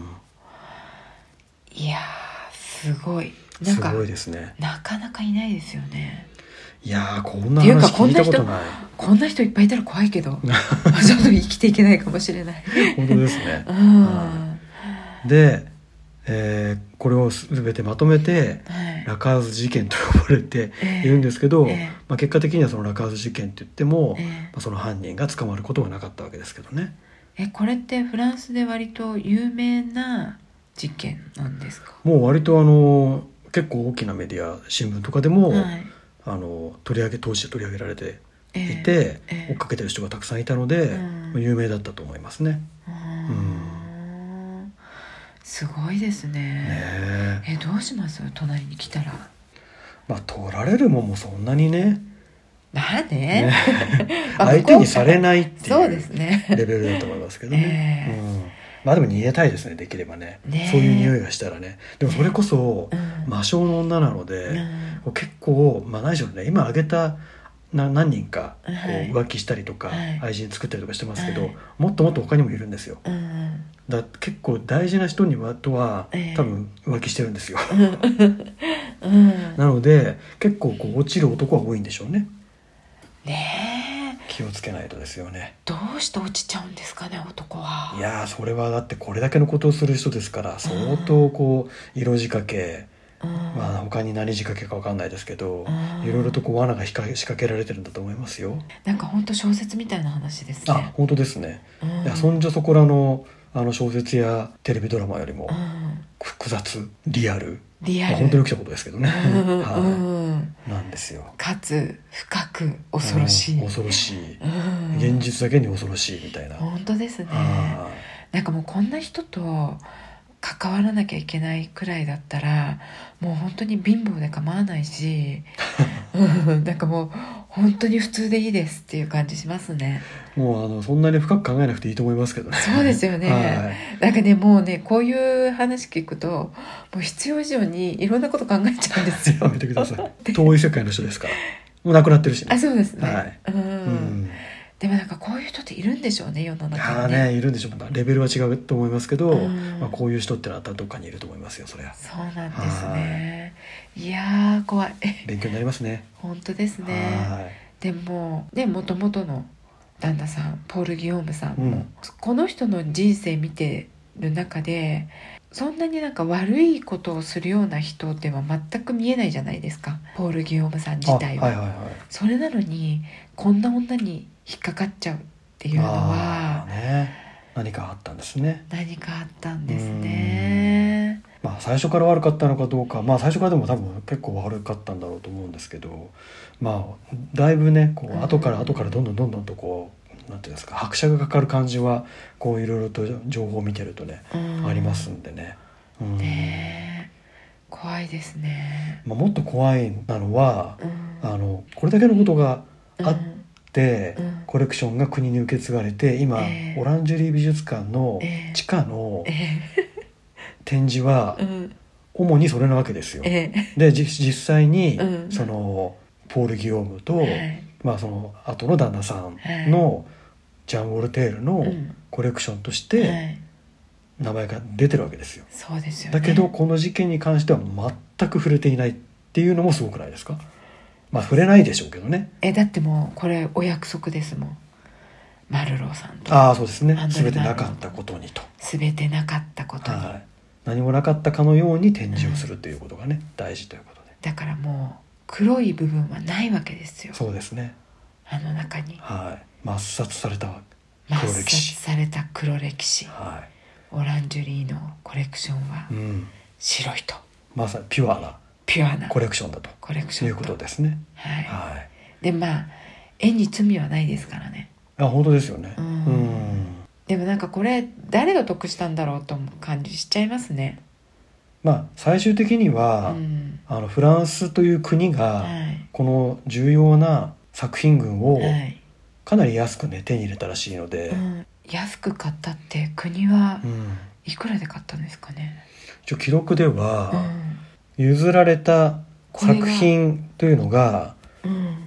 いやすごいなんかすごいですね。 なかなかいないですよね。 いやこんな話聞いたことない。 こんな人いっぱいいたら怖いけどちょっと生きていけないかもしれない本当ですね、うんうん、で、えー、これを全てまとめて、はい、ラカーズ事件と呼ばれているんですけど、えーえーまあ、結果的にはそのラカーズ事件って言っても、えーまあ、その犯人が捕まることはなかったわけですけどね。 えこれってフランスで割と有名な事件なんですか？ もう割とあの結構大きなメディア新聞とかでも、はいあの取り上げ当時取り上げられていて、えーえー、追っかけてる人がたくさんいたので、うん、有名だったと思いますね。うん、 すごいですね。ねえどうします隣に来たら。 まあ取られるもんもそんなにねまあね相手にされないっていうレベルだと思いますけどね、えーうんまあでも逃げたいですねできれば ね, ねそういう匂いがしたらね。でもそれこそ、ねうん、魔性の女なので、うん、結構、まあ、何でしょうね今挙げたな何人かこう浮気したりとか、はい、愛人作ったりとかしてますけど、はい、もっともっと他にもいるんですよ、うん、だ結構大事な人にはとは、えー、多分浮気してるんですよ、うん、なので結構こう落ちる男は多いんでしょうね。ねえ気をつけないとですよね。 どうして落ちちゃうんですかね男は。 いやそれはだってこれだけのことをする人ですから相当こう色仕掛け、うんまあ、他に何仕掛けか分かんないですけど、うん、いろいろとこう罠が仕掛けられてるんだと思いますよ。 なんか本当小説みたいな話ですね。 あ本当ですね、うん、いやそんじょそこらのあの小説やテレビドラマよりも複雑リアルリアル、まあ、本当に起きたことですけどね、うんはいうん、なんですよ。 かつ深く恐ろしい、 うん、恐ろしい、うん、現実だけに恐ろしいみたいな。 本当ですね。なんかもうこんな人と関わらなきゃいけないくらいだったらもう本当に貧乏で構わないしなんかもう本当に普通でいいですっていう感じしますね。 もうあのそんなに深く考えなくていいと思いますけどね。 そうですよね、はい、なんかねもうねこういう話聞くともう必要以上にいろんなこと考えちゃうんですよやめてください遠い世界の人ですからもう亡くなってるしね。 あそうですね、 はい、うん、 うんでもなんかこういう人っているんでしょうね世の中にね。 あねいるんでしょう。レベルは違うと思いますけど、うんまあ、こういう人ってのはどっかにいると思いますよそれは。 そうなんですね。いやー怖い勉強になりますね。 本当ですね。はいでもね元々の旦那さんポール・ギヨームさんも、うん、この人の人生見てる中でそんなになんか悪いことをするような人では全く見えないじゃないですか、ポール・ギヨームさん自体は、はいはいはい、それなのにこんな女に引っかかっちゃうっていうのは、 ね、何かあったんですね。 何かあったんですね。 まあ、最初から悪かったのかどうか、まあ、最初からでも多分結構悪かったんだろうと思うんですけど、まあ、だいぶねこう後から後からどんどんどんどんとこうなんていうんですか、拍車がかかる感じはこういろいろと情報を見てるとね、ありますんでね、うん、 ね怖いですね。 まあ、もっと怖いなのは、うん、あのこれだけのことがあって、うん、コレクションが国に受け継がれて今、えー、オランジュリー美術館の地下の、えーえー展示は主にそれなわけですよ、ええ、で実際に、うん、そのポール・ギヨームと、はい、まあ、その後の旦那さんの、はい、ジャン・ウォルテールのコレクションとして名前が出てるわけですよ、 そうですよね。 だけどこの事件に関しては全く触れていないっていうのもすごくないですか。まあ触れないでしょうけどね。 えだってもうこれお約束ですもん、マルローさんと。 ああそうですね、全てなかったことにと、 全てなかったことに、はい、 何もなかったかのように展示をするということがね、うん、大事ということで、 だからもう黒い部分はないわけですよ。 そうですね、 あの中に、 はい、抹殺された黒歴史、 抹殺された黒歴史、 はい、 オランジュリーのコレクションは白いと、 うん、まさにピュアなピュアなコレクションだとコレクションいうことですね、 はいはい、でまあ絵に罪はないですからね。 あ本当ですよね、 うん、うんでもなんかこれ誰が得したんだろうと思う感じしちゃいますね。 まあ最終的には、うん、あのフランスという国がこの重要な作品群をかなり安くね手に入れたらしいので、うん、 安く買ったって国はいくらで買ったんですかね。 一応記録では、うん、譲られた作品というのが、うん、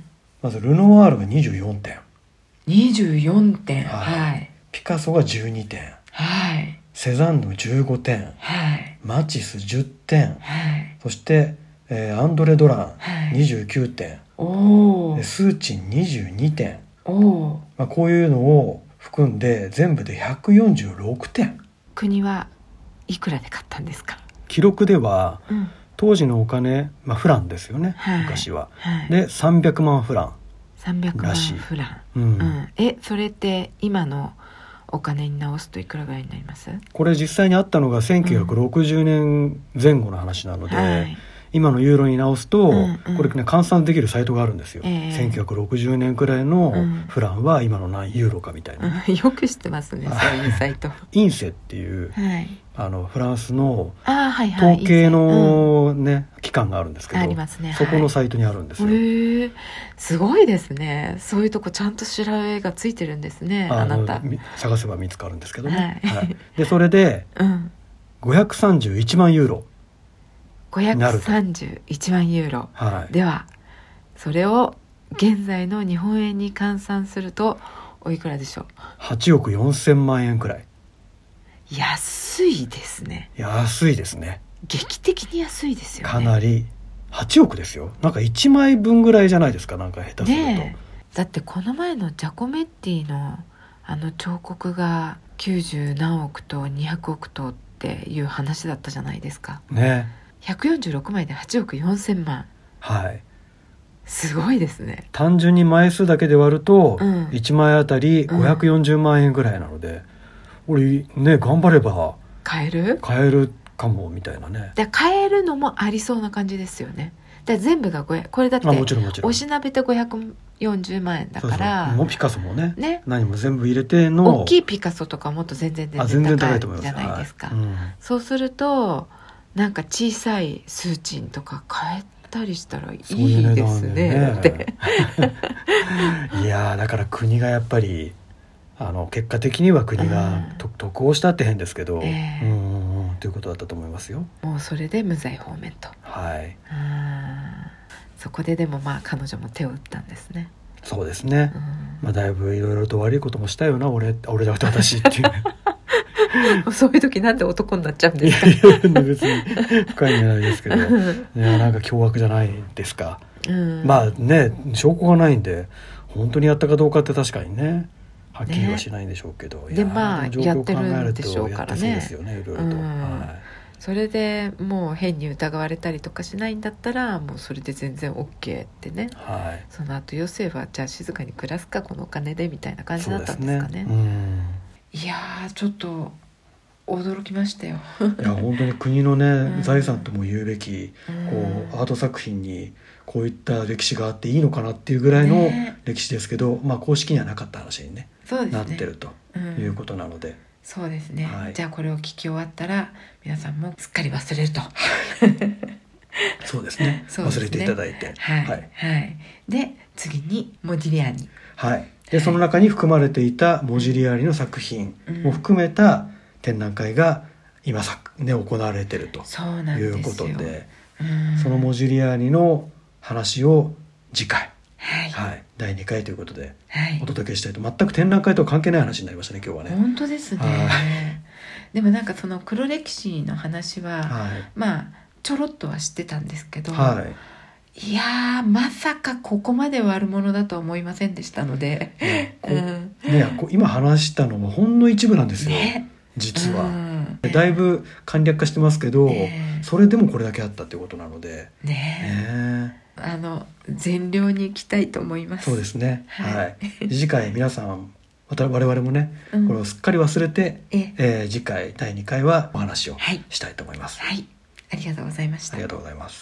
まずルノワールがにじゅうよんてんにじゅうよんてん、はいはい、 ピカソがじゅうにてん、はい、セザンヌじゅうごてん、はい、マチスじゅってん、はい、そして、えー、アンドレ・ドランにじゅうきゅうてん、はい、おスーチンにじゅうにてん、お、まあ、こういうのを含んで全部でひゃくよんじゅうろくてん。 国はいくらで買ったんですか。 記録では、うん、当時のお金、まあ、フランですよね、はい、昔は、はい、でさんびゃくまんフランさんびゃくまんフラン、うんうん、えそれって今のお金に直すといくらぐらいになります？ これ実際にあったのがせんきゅうひゃくろくじゅうねんぜん後の話なので、うんはい、今のユーロに直すと、うんうん、これね換算できるサイトがあるんですよ、えー、せんきゅうひゃくろくじゅうねんくらいのフランは今の何ユーロかみたいな、 うん、よく知ってますねそういうサイトインセっていう、はい、あのフランスの統計の、ねうん、機関があるんですけど、 ありますね、 そこのサイトにあるんですよ、はい、へーすごいですね。そういうとこちゃんと調べがついてるんですね。 あ, あなた探せば見つかるんですけどね、はいはい、でそれで、うん、ごひゃくさんじゅういちまんユーロごひゃくさんじゅういちまんユーロ、はい、ではそれを現在の日本円に換算するとおいくらでしょう。 はちおくよんせんまんえんくらい。 安いですね。 安いですね。 劇的に安いですよね。 かなり。はちおくですよ。なんかいちまいぶんぐらいじゃないですか、なんか下手すると、ね、 だってこの前のジャコメッティのあの彫刻がきゅうじゅうなんおくとにひゃくおくとっていう話だったじゃないですかね。 ひゃくよんじゅうろくまいではちおくよんせんまん。 はい、 すごいですね。 単純に枚数だけで割ると、うん、いちまいあたりごひゃくよんじゅうまんえんぐらいなので、うん、俺ね頑張れば買える買えるかもみたいなね。 で買えるのもありそうな感じですよね。で全部がごひゃく、これだっておしなべてごひゃくよんじゅうまんえんだから、 そうそうもうピカソも ね, ね何も全部入れての大きいピカソとかもっと全然全然高いじゃないですか、はいうん、そうするとなんか小さいスーチンとか買えたりしたらいいですねって、 いやだから国がやっぱりあの結果的には国が得をしたって変ですけど、えー、うんうんということだったと思いますよ。 もうそれで無罪放免と。 はい。 あそこででもまあ彼女も手を打ったんですね。 そうですね、うんまあ、だいぶいろいろと悪いこともしたよな俺俺だって私っていうそういう時なんで男になっちゃうんですか。 いやいや別に深いんじゃないですけどいやなんか凶悪じゃないですか、うん、まあね証拠がないんで本当にやったかどうかって確かにねはっきりはしないんでしょうけど、 ね、でまあやってるんでしょうからね。 そうですよねいろいろと、うんはいそれでもう変に疑われたりとかしないんだったらもうそれで全然 OK ってね、 はい、 その後ヨセフはじゃあ静かに暮らすかこのお金でみたいな感じだったんですかね。 そうですね、うん、 いやーちょっと驚きましたよいや本当に国のね、 うん、 財産とも言うべき、うん、こうアート作品にこういった歴史があっていいのかなっていうぐらいの歴史ですけど、ね、まあ公式にはなかった話に、ねそうですね、 なってるということなので、うん、 そうですね、 はい、 じゃあこれを聞き終わったら皆さんもすっかり忘れるとそうですね、そうですね、忘れていただいて、 はい、はいはい、で次にモディリアーニ、 はい、でその中に含まれていたモディリアーニの作品を含めた展覧会が今さ、ね、行われているということで、 でそのモディリアーニの話を次回、はいはい、だいにかいということでお届けしたいと、はい、全く展覧会とは関係ない話になりましたね今日はね。 本当ですね、はい、でもなんかその黒歴史の話は、はい、まあちょろっとは知ってたんですけど、はい、いやーまさかここまで悪者だとは思いませんでしたので、ねうん、ね今話したのもほんの一部なんですよ、ね、実は、うん、だいぶ簡略化してますけど、ね、それでもこれだけあったということなのでねねあの善良に行きたいと思います。 そうですね、はいはい、次回皆さんまた我々もね、うん、これをすっかり忘れて、ええー、次回だいにかいはお話をしたいと思います。 はい、はい、ありがとうございました。 ありがとうございます。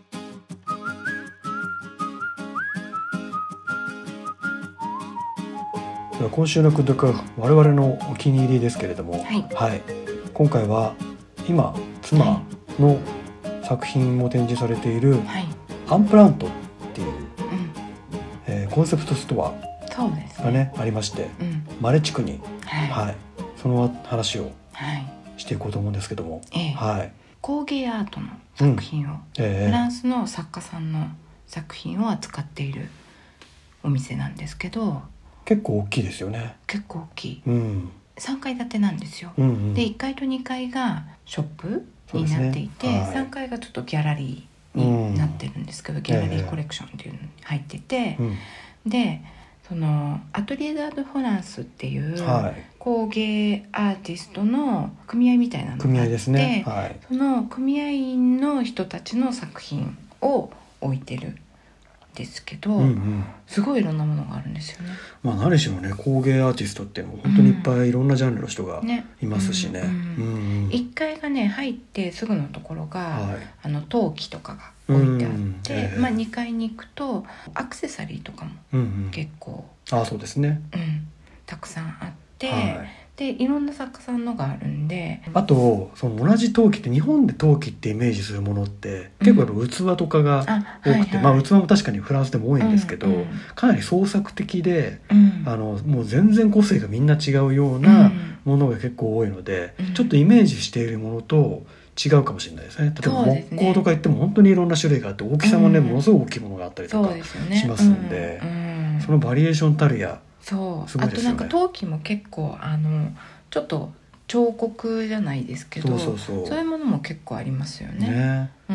では今週のクドカ我々のお気に入りですけれども、はいはい、今回は今妻の作品も展示されている、はい、アンプラントっていう、うんえー、コンセプトストアが ね, ねありまして、うん、マレ地区に、はいはい、その話をしていこうと思うんですけども、 はいはい、工芸アートの作品を、うんえー、フランスの作家さんの作品を扱っているお店なんですけど、 結構大きいですよね。 結構大きい、 うん、 さんかい建てなんですよ、 うんうん、 でいっかいとにかいがショップになっていて、ねはい、さんかいがちょっとギャラリーになってるんですけど、うん、ギャラリーコレクションっていうのに入ってて、えー、でそのアトリエ・ダ・ド・フランスっていう工芸アーティストの組合みたいなのがあって、組合ですね、はい、その組合員の人たちの作品を置いてるですけど、うんうん、すごいいろんなものがあるんですよね。 まあ何しろね工芸アーティストっていうのも本当にいっぱいいろんなジャンルの人がいますしね、うんうんうん、 いっかいがね入ってすぐのところが、はい、あの陶器とかが置いてあって、うんえーまあ、にかいに行くとアクセサリーとかも結構、 うんうん、あそうですね、 うん、たくさんあって、はいでいろんな作家さんのがあるんで、 あとその同じ陶器って日本で陶器ってイメージするものって結構やっぱ器とかが多くて、うんはいはいまあ、器も確かにフランスでも多いんですけど、うんうん、かなり創作的で、うん、あのもう全然個性がみんな違うようなものが結構多いので、うん、ちょっとイメージしているものと違うかもしれないですね。例えば木工とか言っても本当にいろんな種類があって大きさもね、うん、ものすごく大きいものがあったりとかしますんで、うんうん、そのバリエーションたるやそう、 すごいですよね。 あとなんか陶器も結構あのちょっと彫刻じゃないですけど、そうそうそう、そういうものも結構ありますよね。ね、うん、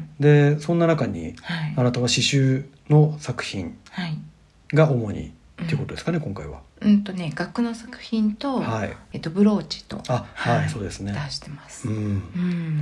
でそんな中に、はい、あなたは刺繍の作品が主に、はい、っていうことですかね、うん、今回は。 うんとね、額の作品と、はいえっと、ブローチとあ、はいはい、そうですね、 出してます、 うんうん、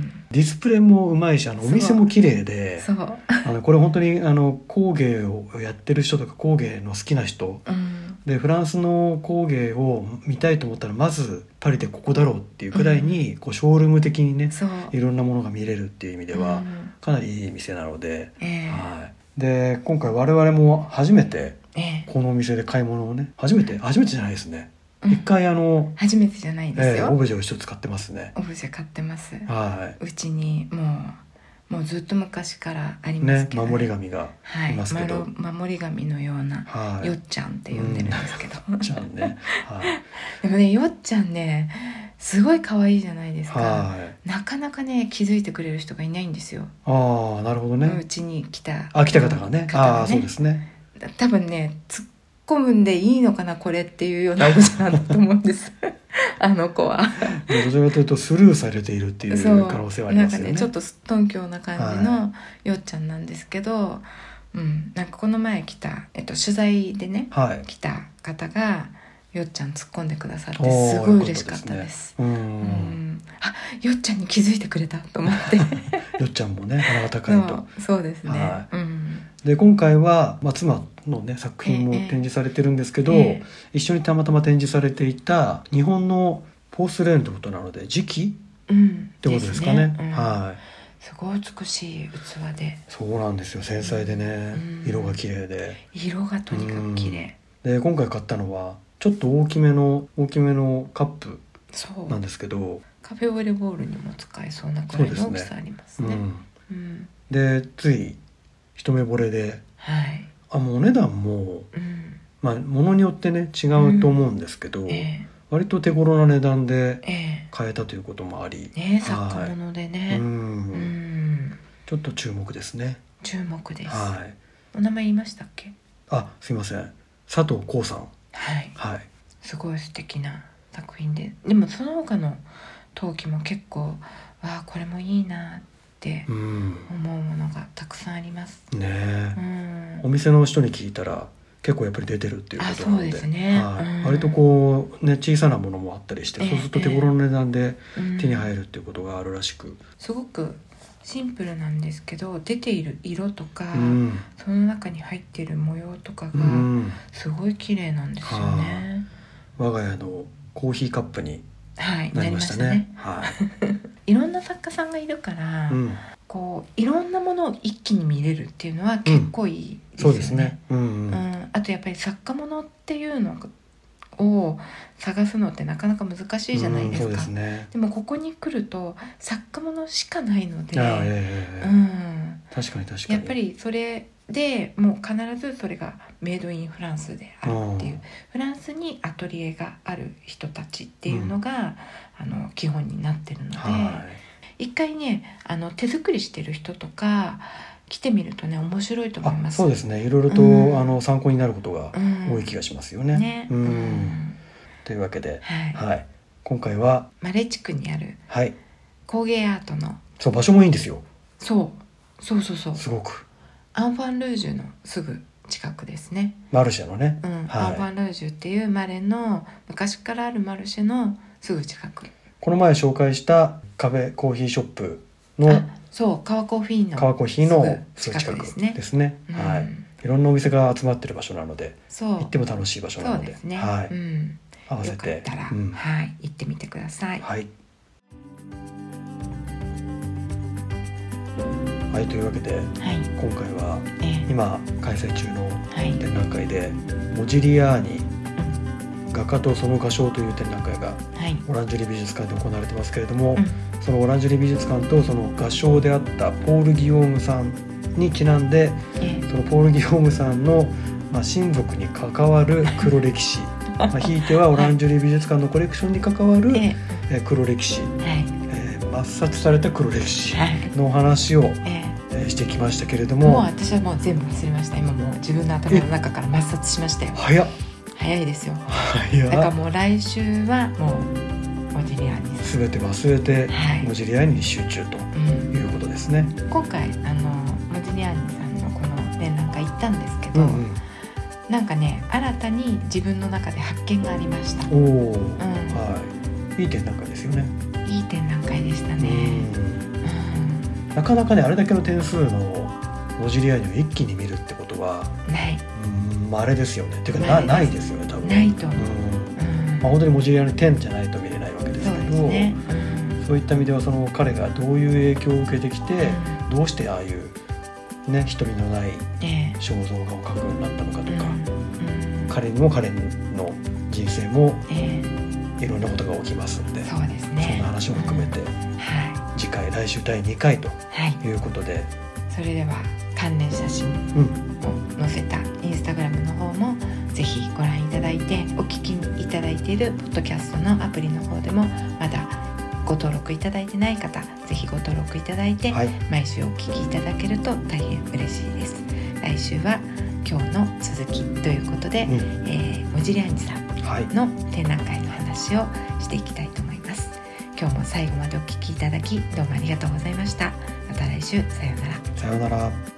ディスプレイもうまいし、あのお店も綺麗で、 そうあのこれ本当にあの工芸をやってる人とか工芸の好きな人、うん、でフランスの工芸を見たいと思ったらまずパリでここだろうっていうくらいに、うん、こうショールーム的にねいろんなものが見れるっていう意味では、うん、かなりいい店なので、えーはい、で今回我々も初めてこのお店で買い物をね、初めて初めてじゃないですね、うん、一回あの初めてじゃないですよ、 えー、オブジェを一つ買ってますね。 オブジェ買ってます、 はい、 うちにもうもうずっと昔からありますけどね, ね守り神がいますけど、 はい、守り神のような、はい、よっちゃんって呼んでるんですけど、 うん、よっちゃんね、はい、 でもねよっちゃんねすごい可愛いじゃないですか、はい、なかなかね気づいてくれる人がいないんですよ。 ああなるほどね、 うちに来たあ来た方がね、方がね、あそうですね、 多分ね突っ込むんでいいのかなこれっていうようなオブジェなんだと思うんですあの子はどちらかというとスルーされているっていう可能性はありますよね。 なんかねちょっとすっとんきょうな感じのよっちゃんなんですけど、はい、うん、なんかこの前来た、えっと、取材でね、はい、来た方がよっちゃん突っ込んでくださってすごい嬉しかったです。うん、うん、あ、よっちゃんに気づいてくれたと思ってよっちゃんもね鼻が高いと。 そう、そうですね、 はい、 うん、 で今回は、まあ、妻の、ね、作品も展示されてるんですけど、えーえー、一緒にたまたま展示されていた日本のポースレーンということなので磁器、うん、ってことですかね、うん、はい、 すごい美しい器で。 そうなんですよ、繊細でね、うん、色が綺麗で、 色がとにかく綺麗、 うん、で今回買ったのはちょっと大きめの大きめのカップなんですけど、 カフェオレボールにも使えそうなくらいの大きさありますね。 うんうん、でつい一目惚れで、はい、あもうお値段も、うん、まあ物によってね違うと思うんですけど、うんえー、割と手頃な値段で買えたということもあり、 えーね、作家物でね、はい、うん、うん、 ちょっと注目ですね。 注目です、 はい、 お名前言いましたっけ？ あ、すいません、佐藤光さん、 はい、はい、すごい素敵な作品で、でもその他の陶器も結構わあこれもいいなって思うものがたくさんあります、 うん、ねえ、うん、お店の人に聞いたら結構やっぱり出てるっていうことなので、 あ、そうですね、 はい、 うん、 割とこうね小さなものもあったりして、えー、そうすると手頃の値段で手に入るっていうことがあるらしく、うん、 すごくシンプルなんですけど出ている色とか、うん、その中に入っている模様とかがすごい綺麗なんですよね、 うん、我が家のコーヒーカップになりましたね、 はい、ね、はい、いろんな作家さんがいるから、うん、こういろんなものを一気に見れるっていうのは結構いいですよね、うん、そうですね、うんうんうん、あとやっぱり作家物っていうのを探すのってなかなか難しいじゃないですか、うん、そうですね、でもここに来ると作家物しかないので、 あ、えーうん、確かに確かにやっぱりそれでもう必ずそれがメイドインフランスであるっていう、フランスにアトリエがある人たちっていうのが、うん、あの基本になってるので、はい、一回ねあの手作りしてる人とか来てみるとね面白いと思います。 そうですね、いろいろと、うん、あの参考になることが多い気がしますよね、うんね、うんうん、というわけで、はいはい、今回はマレ地区にある工芸アートの、 そう場所もいいんですよ。 そうそうそうそう、 すごくアンファンルージュのすぐ近くですね。 マルシェのね、 うん、はい、アンファンルージュっていうマレの昔からあるマルシェのすぐ近く。この前紹介したカフェコーヒーショップの、 そう川コーヒーの川コーヒーのすぐ近くですね。ですね、うん、はい。いろんなお店が集まってる場所なので、行っても楽しい場所なので、 そうですね、 はい、 うん、 合わせてよかったら、うん、はい、行ってみてください。 はい。はい、というわけで、はい、今回は、えー、今開催中の展覧会で、はい、モジリアーニ、うん、画家とその画商という展覧会が、はい、オランジュリ美術館で行われてますけれども、うん、そのオランジュリ美術館とその画商であったポール・ギヨームさんにちなんで、えー、そのポール・ギヨームさんの、まあ、親族に関わる黒歴史まあひいてはオランジュリ美術館のコレクションに関わる、えー、黒歴史、はい、えー、抹殺された黒歴史の話を、はい、えーしてきましたけれども、 もう私はもう全部忘れました。今もう自分の頭の中から抹殺しましたよ。 早っ早いですよ。 早っ。 だからもう来週はもうモジリアーニすべて忘れて、はい、モジリアーニに集中ということですね、 うん、今回あのモジリアーニさんのこの展覧会行ったんですけど、うんうん、なんかね新たに自分の中で発見がありました。 おお、うん、はい、いい展覧会ですよね。 いい展覧会でしたね。 なかなかねあれだけの点数のモジリアーニを一気に見るってことはない、 うん、まあ、あれですよね。っていうか な, ないですよね多分。 ないと思う、 うんうん、まあ、本当にモジリアーニじゃないと見れないわけですけど、そうですね、うん、そういった意味ではその彼がどういう影響を受けてきて、うん、どうしてああいう、ね、瞳のない肖像画を描くようになったのかとか、うんうん、彼にも彼の人生も、えー、いろんなことが起きますので、 そうですね、 そんな話も含めて、うん、はい、次回来週だいにかいということで、はい、 それでは関連写真を載せたインスタグラムの方もぜひご覧いただいて、お聞きいただいているポッドキャストのアプリの方でもまだご登録いただいてない方、ぜひご登録いただいて、はい、毎週お聞きいただけると大変嬉しいです。来週は今日の続きということで、うん、えー、モジリアーニさんの展覧会の話をしていきたいと思います。今日も最後までお聞きいただきどうもありがとうございました。また来週、さようなら。 さようなら。